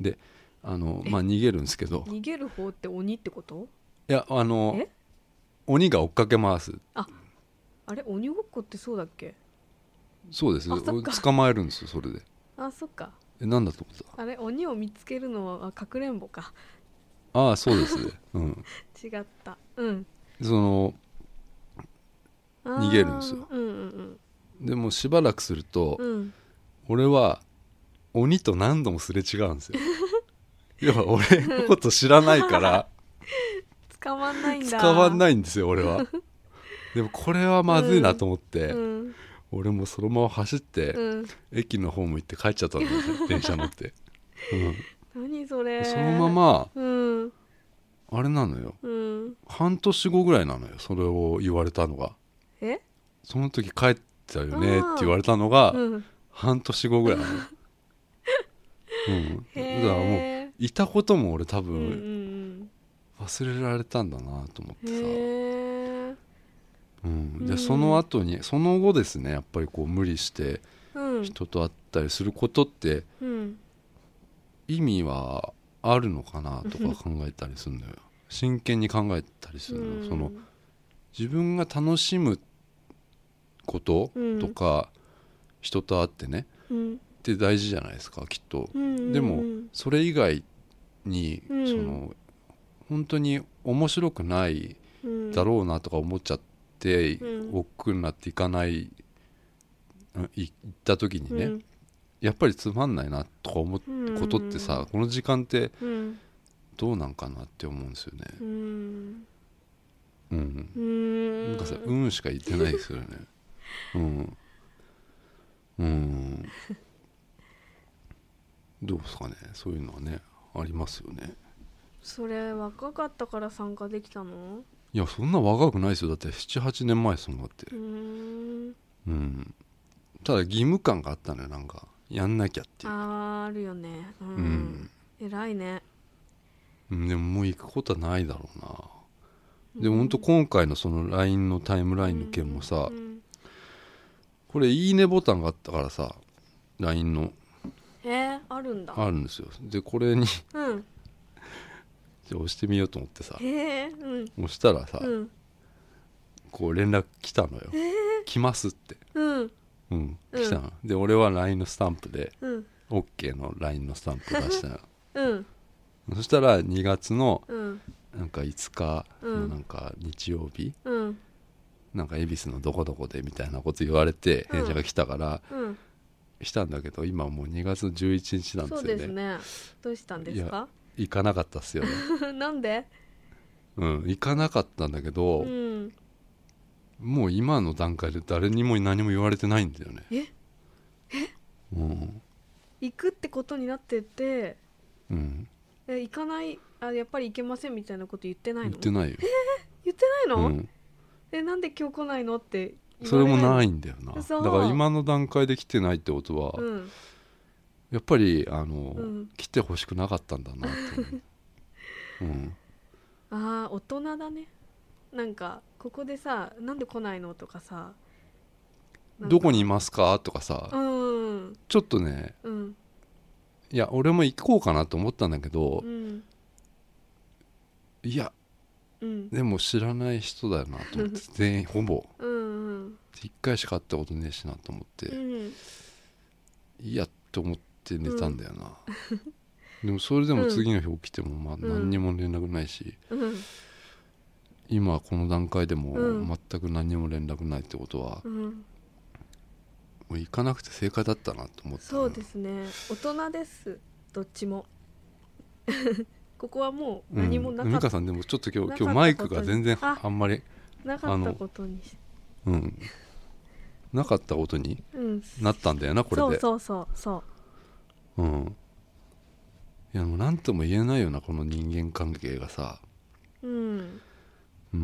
であのまあ、逃げるんですけど、 逃げる方って鬼ってこと？ いやあの鬼が追っかけ回す。 ああれ鬼ごっこってそうだっけ？ そうです、捕まえるんですよそれで。 あそっか。 えなんだと思った？ あれ鬼を見つけるのはかくれんぼか。 ああそうですね、うん、 違った、うん、 その逃げるんですよ、うんうんうん、でもしばらくすると、うん、俺は鬼と何度もすれ違うんですよ要は俺のこと知らないから捕まんないんだ。 捕まんないんですよ俺はでもこれはまずいなと思って、うん、俺もそのまま走って、うん、駅の方向行って帰っちゃったんですよ電車乗って、 うん、何それ。 そのまま、うん、あれなのよ、うん、半年後ぐらいなのよそれを言われたのが。えその時帰ったよねって言われたのが、うん、半年後ぐらいなのうん、だからもういたことも俺多分忘れられたんだなと思ってさ、うん、でその後にその後ですねやっぱりこう無理して人と会ったりすることって意味はあるのかなとか考えたりするのよ真剣に考えたりするのよ。その自分が楽しむこととか人と会ってね、うんって大事じゃないですかきっと、うんうんうん、でもそれ以外に、うん、その本当に面白くないだろうなとか思っちゃって、うん、億劫になっていかない行った時にね、うん、やっぱりつまんないなとか思うことってさ、うんうん、この時間ってどうなんかなって思うんですよね。うん、うん、うんなんかさうんしか言ってないですよねうんうんどうですかねそういうのはねありますよね。 それ若かったから参加できたの？ いやそんな若くないですよだってななはちねんまえですもんだって。うーんうんただ義務感があったのよなんかやんなきゃっていう。 あーあるよねうん、うん、偉いね。 でももう行くことはないだろうな、うん、でもほんと今回のその ライン のタイムラインの件もさ、うんうん、これいいねボタンがあったからさ ライン のえー、あるんだ。 あるんですよ。でこれに、うん、じゃあ押してみようと思ってさ、えーうん、押したらさ、うん、こう連絡来たのよ、えー、来ますって、うん、 うん、来たの、うん、で俺は ライン のスタンプで、 うん、 OK の ライン のスタンプ出したの、 うん、 そしたらにがつのうんなんかいつかのなんか日曜日、 うん、 なんか恵比寿のどこどこでみたいなこと言われて返事が来たから、 うん、 したんだけど今もうにがつじゅういちにちなんですよね。 そうですね。どうしたんですか？ いや行かなかったっすよねなんで？ うん行かなかったんだけど、 うん、 もう今の段階で誰にも何も言われてないんだよね。 ええ、 うん、 行くってことになってて、 うん、 え行かない、あやっぱり行けませんみたいなこと言ってないの？ 言ってないよ。 えー、言ってないの？ うん、 えなんで今日来ないのって言それわれないの？ もないんだよな。だから今の段階で来てないってことは、 うん、 やっぱりあの、 うん、 来てほしくなかったんだなって、うん、 ああ大人だね。なんかここでさなんで来ないのとかさ、 どこにいますかとかさ、 うん、 ちょっとね、 うん、 いや俺も行こうかなと思ったんだけど、 うん、 いや、 うん、 でも知らない人だよなと思って全員ほぼ、 うん、うん、 いっかいしか会ったことねえしなと思って、 うん、 いやと思って寝たんだよな、うん、でもそれでも次の日起きてもまあ何にも連絡ないし、 うん、 今この段階でも全く何にも連絡ないってことは、 うん、もう行かなくて正解だったなと思った。 そうですね。大人ですどっちもここはもう何もなかった、うん、 美香さんでもちょっと今日、今日マイクが全然あんまりなかったことにしうんなかったことになったんだよな、うん、これで。 そうそうそうそう、 うん、いやもう何とも言えないよなこの人間関係がさ。 うんうん、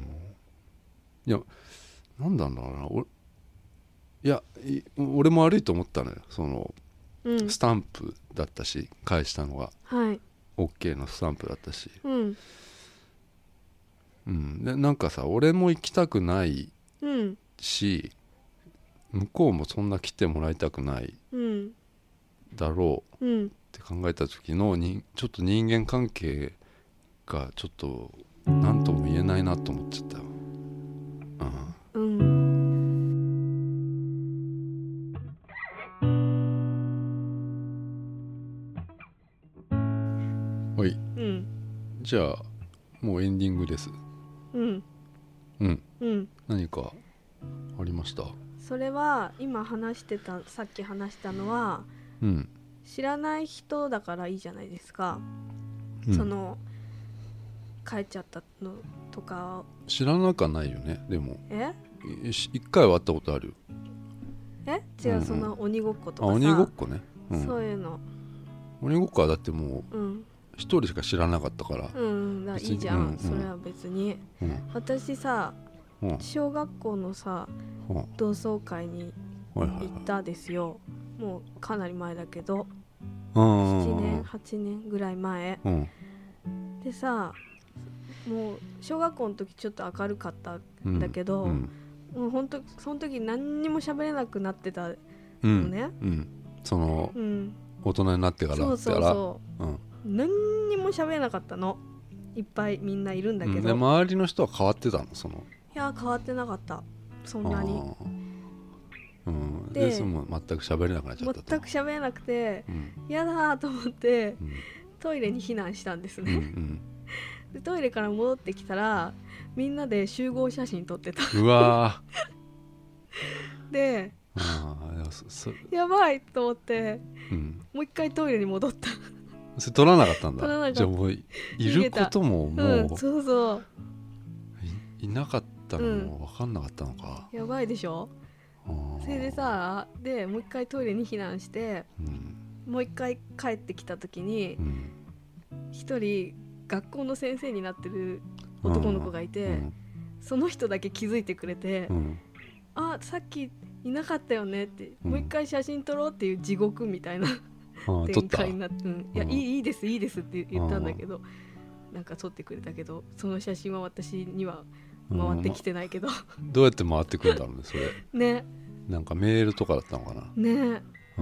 いやなんだろうな、おいやい俺も悪いと思ったのよ。その、うん、スタンプだったし返したのが、 はい、 OK のスタンプだったし、 うんうん、でなんかさ俺も行きたくないし、うん、向こうもそんな来てもらいたくないだろうって考えた時のにちょっと人間関係がちょっと何とも言えないなと思っちゃったよ。うん、うんはい、うん、じゃあもうエンディングです。 うんうんうん、何かありました？ それは今話してたさっき話したのは、うん、知らない人だからいいじゃないですか、うん、その帰っちゃったのとか知らなくはないよね。でもえ一回は会ったことあるよ。 え違う、うんうん、その鬼ごっことかさ、 あ鬼ごっこね、 うん、そういうの鬼ごっこはだってもう、うん一人しか知らなかったから、 うん、だいいじゃん、うんうん、それは別に、うん、私さ、うん、小学校のさ、うん、同窓会に行ったですよ、はいはいはい、もうかなり前だけどななねんはちねんぐらい前、うん、でさもう小学校の時ちょっと明るかったんだけど、うんうん、もう本当その時何にも喋れなくなってたのね、 うんうん、その、うん、大人になってからそうそうそう、うん何にも喋れなかったの。いっぱいみんないるんだけど、うん、 で周りの人は変わってたの？そのいや変わってなかったそんなに、 うん、で, でも全く喋れなくなっちゃったと。 全く喋れなくて、うん、やだと思って、うん、トイレに避難したんですね、うんうん、でトイレから戻ってきたらみんなで集合写真撮ってた。 うわであやばいと思って、うん、もう一回トイレに戻ったそれ取らなかったんだ。じゃあもう い, いることももう、うん、 そうそうい, いなかったのも分かんなかったのか、 うん、やばいでしょ。それでさでもう一回トイレに避難して、うん、もう一回帰ってきた時に一、うん、人学校の先生になってる男の子がいて、うん、その人だけ気づいてくれて、うん、あさっきいなかったよねって、うん、もう一回写真撮ろうっていう地獄みたいな展開になって、うん、いや、うん、いい、いいですいいですって言ったんだけど、なんか撮ってくれたけどその写真は私には回ってきてないけど、 うん、どうやって回ってくるんだろうねそれね。 なんかメールとかだったのかなね、うん、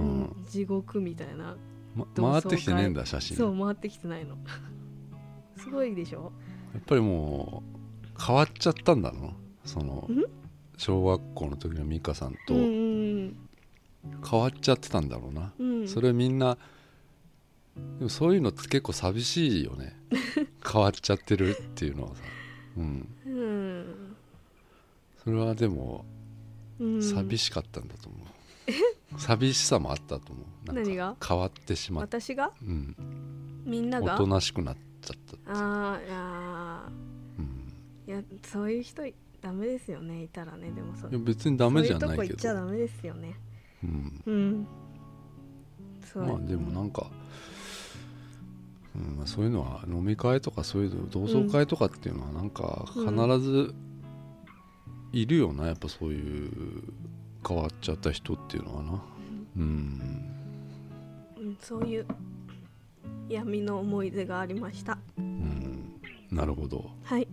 地獄みたいな、 ま、回ってきてねえんだ写真。 そう回ってきてないのすごいでしょ。 やっぱりもう変わっちゃったんだろうその小学校の時の美香さんと、うんうん、 変わっちゃってたんだろうな、 うん、 それみんなでもそういうのって結構寂しいよね変わっちゃってるっていうのはさ、うんうん、 それはでも、 うん、 寂しかったんだと思う寂しさもあったと思う。なんか何が変わってしまって私が、 うん、 みんながおとなしくなっちゃったって。 あーいやうん、 いやそういう人ダメですよね、いたらね。でもそいや別にダメじゃないけど、 そういうとこ行っちゃダメですよね。 うん、 うん、そうまあでもなんか、うんまあ、そういうのは飲み会とかそういう同窓会とかっていうのはなんか必ずいるよな、やっぱそういう変わっちゃった人っていうのはな、うん、 うん、そういう闇の思い出がありました。 うん、なるほど。 はい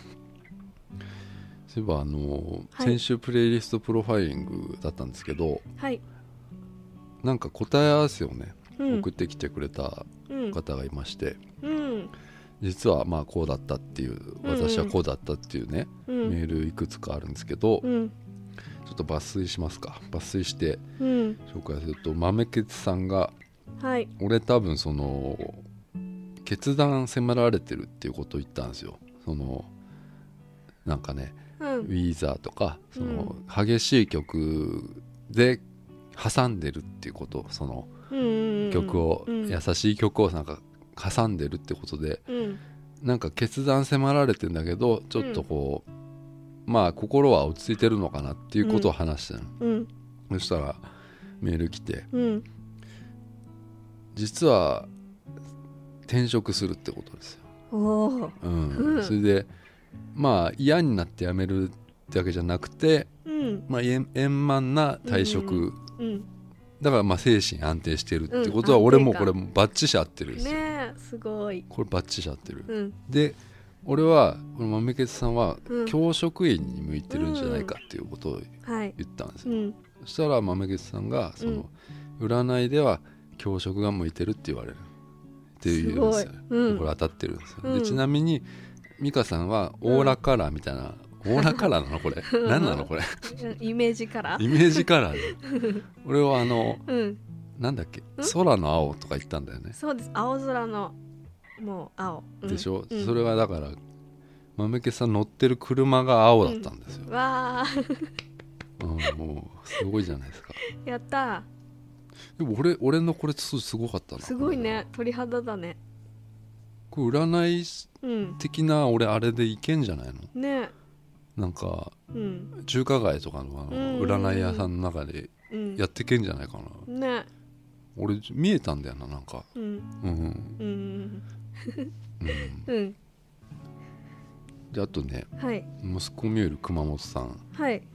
そういえばあの、 はい、 先週プレイリストプロファイリングだったんですけど、 はい、 なんか答え合わせをね、 うん、 送ってきてくれた方がいまして、 うん、 実はまあこうだったっていう、私はこうだったっていうね、 うん、 メールいくつかあるんですけど、 うん、 ちょっと抜粋しますか。抜粋してうん、 紹介すると、豆ケツさんが、 はい、 俺多分その決断迫られてるっていうことを言ったんですよ。そのなんかね、 うん、 ウィーザーとかその激しい曲で挟んでるっていうこと、その曲を、うん、優しい曲をなんか挟んでるってことで、うん、なんか決断迫られてんだけどちょっとこう、うん、まあ心は落ち着いてるのかなっていうことを話してるの、うん、そしたらメール来て、うん、実は転職するってことですよ。お、うんうん、それでまあ嫌になって辞めるってわけじゃなくて、うんまあ、円満な退職、うんうん、だからまあ精神安定してるってことは、俺もこれバッチシ合ってるんですよ、 ね、すごいこれバッチシ合ってる、うん、で俺はこの豆ケツさんは教職員に向いてるんじゃないかっていうことを言ったんですよ、うんはい、そしたら豆ケツさんがその占いでは教職が向いてるって言われるっていうんですよ、うん、これ当たってるんですよ、うん、でちなみに美香さんはオーラカラーみたいな、うん、オーラカラーなのこれ何なのこれイメージカラーイメージカラーで俺はあの、うん、なんだっけ空の青とか言ったんだよね。 そうです、青空のもう青、 うん、でしょ、うん、それはだから豆ケさん乗ってる車が青だったんですよ、うん、わー、うん、もうすごいじゃないですかやったー。でも 俺, 俺のこれすごかったな。 すごいね、鳥肌だね。 これ占い的な俺あれでいけんじゃないの、うん、ね、なんか、うん、中華街とかのあの占い屋さんの中でやってけんじゃないかな、うん、ね、俺見えたんだよな、なんか、うんうんうんうん、であとね、はい、息子ミュール熊本さん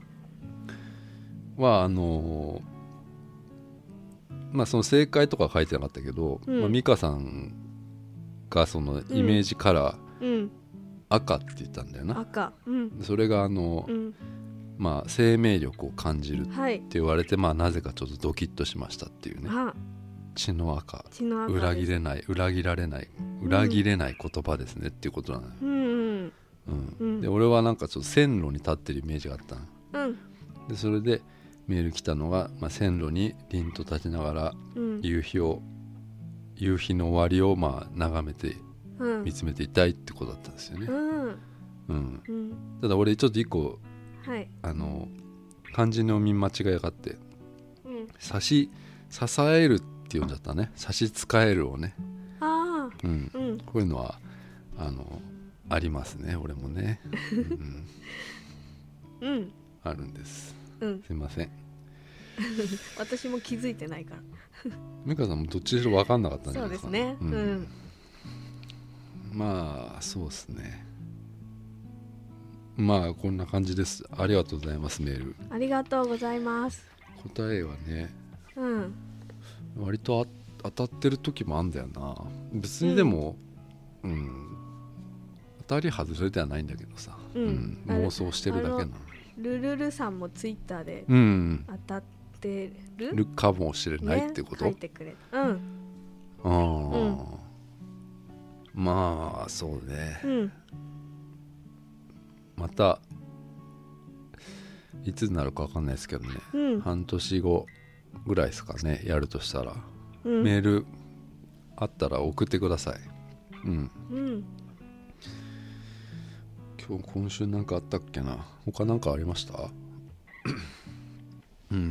はあのー、まあその正解とか書いてなかったけど、うん、まあ、美香さんがそのイメージカラー、うん、赤って言ったんだよな、赤、うん、それがあの、うん、まあ生命力を感じるって言われて、はい、まあなぜかちょっとドキッとしましたっていうね、血の赤、血の赤裏切れない裏切られない裏切れない言葉ですねっていうことなのよ、うんうんうん、で俺はなんかちょっと線路に立ってるイメージがあったの、うん、でそれでメール来たのが、まあ、線路に凛と立ちながら夕日を、夕日の終わりをまあ眺めて見つめていたいってことだったんですよね、うんうんうん、ただ俺ちょっと一個、はい、あの漢字の読み間違いがあって、うん、差し支えるって読んじゃったね、差し支えるをね、あ、うんうん、こういうのはあのありますね、俺もね、うんうん、あるんです、うん、すいません私も気づいてないから美香さんもどっちにしろ分かんなかったんじゃないですか。そうですね、うん、まあそうですね、まあこんな感じです。ありがとうございます。メールありがとうございます。 答えはね、うん、割と当たってる時もあんだよな。別にでも、うんうん、当たり外れではないんだけどさ、うんうん、妄想してるだけなの。 ルルルさんもツイッターで当たってる、 るかもしれないってこと、 ね、書いてくれた、うん、 あ、うん、まあそうね、うん、またいつになるか分かんないですけどね、うん、半年後ぐらいですかね、やるとしたら、 うん、 メールあったら送ってください。うん、 うん、 今日今週なんかあったっけな。他なんかありました？うん、うん、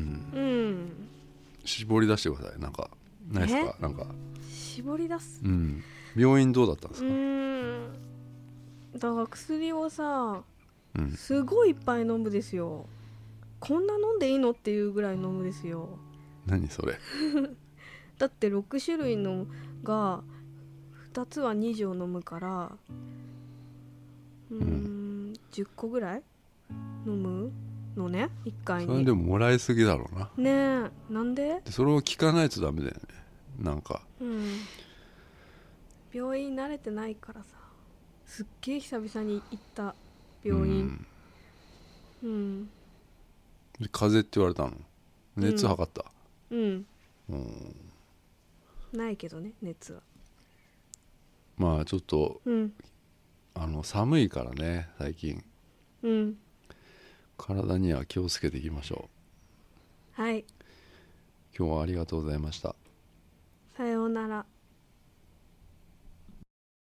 絞り出してください。なんかないですか？なんか絞り出す、 うん、病院どうだったんですか？うーん、だから薬をさ、 うん、 すごいいっぱい飲むですよ。こんな飲んでいいのっていうぐらい飲むですよ。 何それだってろく種類のがふたつはに錠飲むからうーん、うん、じゅっこぐらい飲むのね、いっかいに。 それでももらいすぎだろうな。 ねえ、なんで？ でそれを聞かないとダメだよね。なんか、 うん、病院慣れてないからさ。すっげえ久々に行った病院。うん、うん、 で風邪って言われたの？熱測った？ うん、 うん、 ないけどね、熱は。 まあちょっと、 うん、 あの寒いからね最近。 うん、 体には気をつけていきましょう。はい、 う。今日はありがとうございました。 さようなら。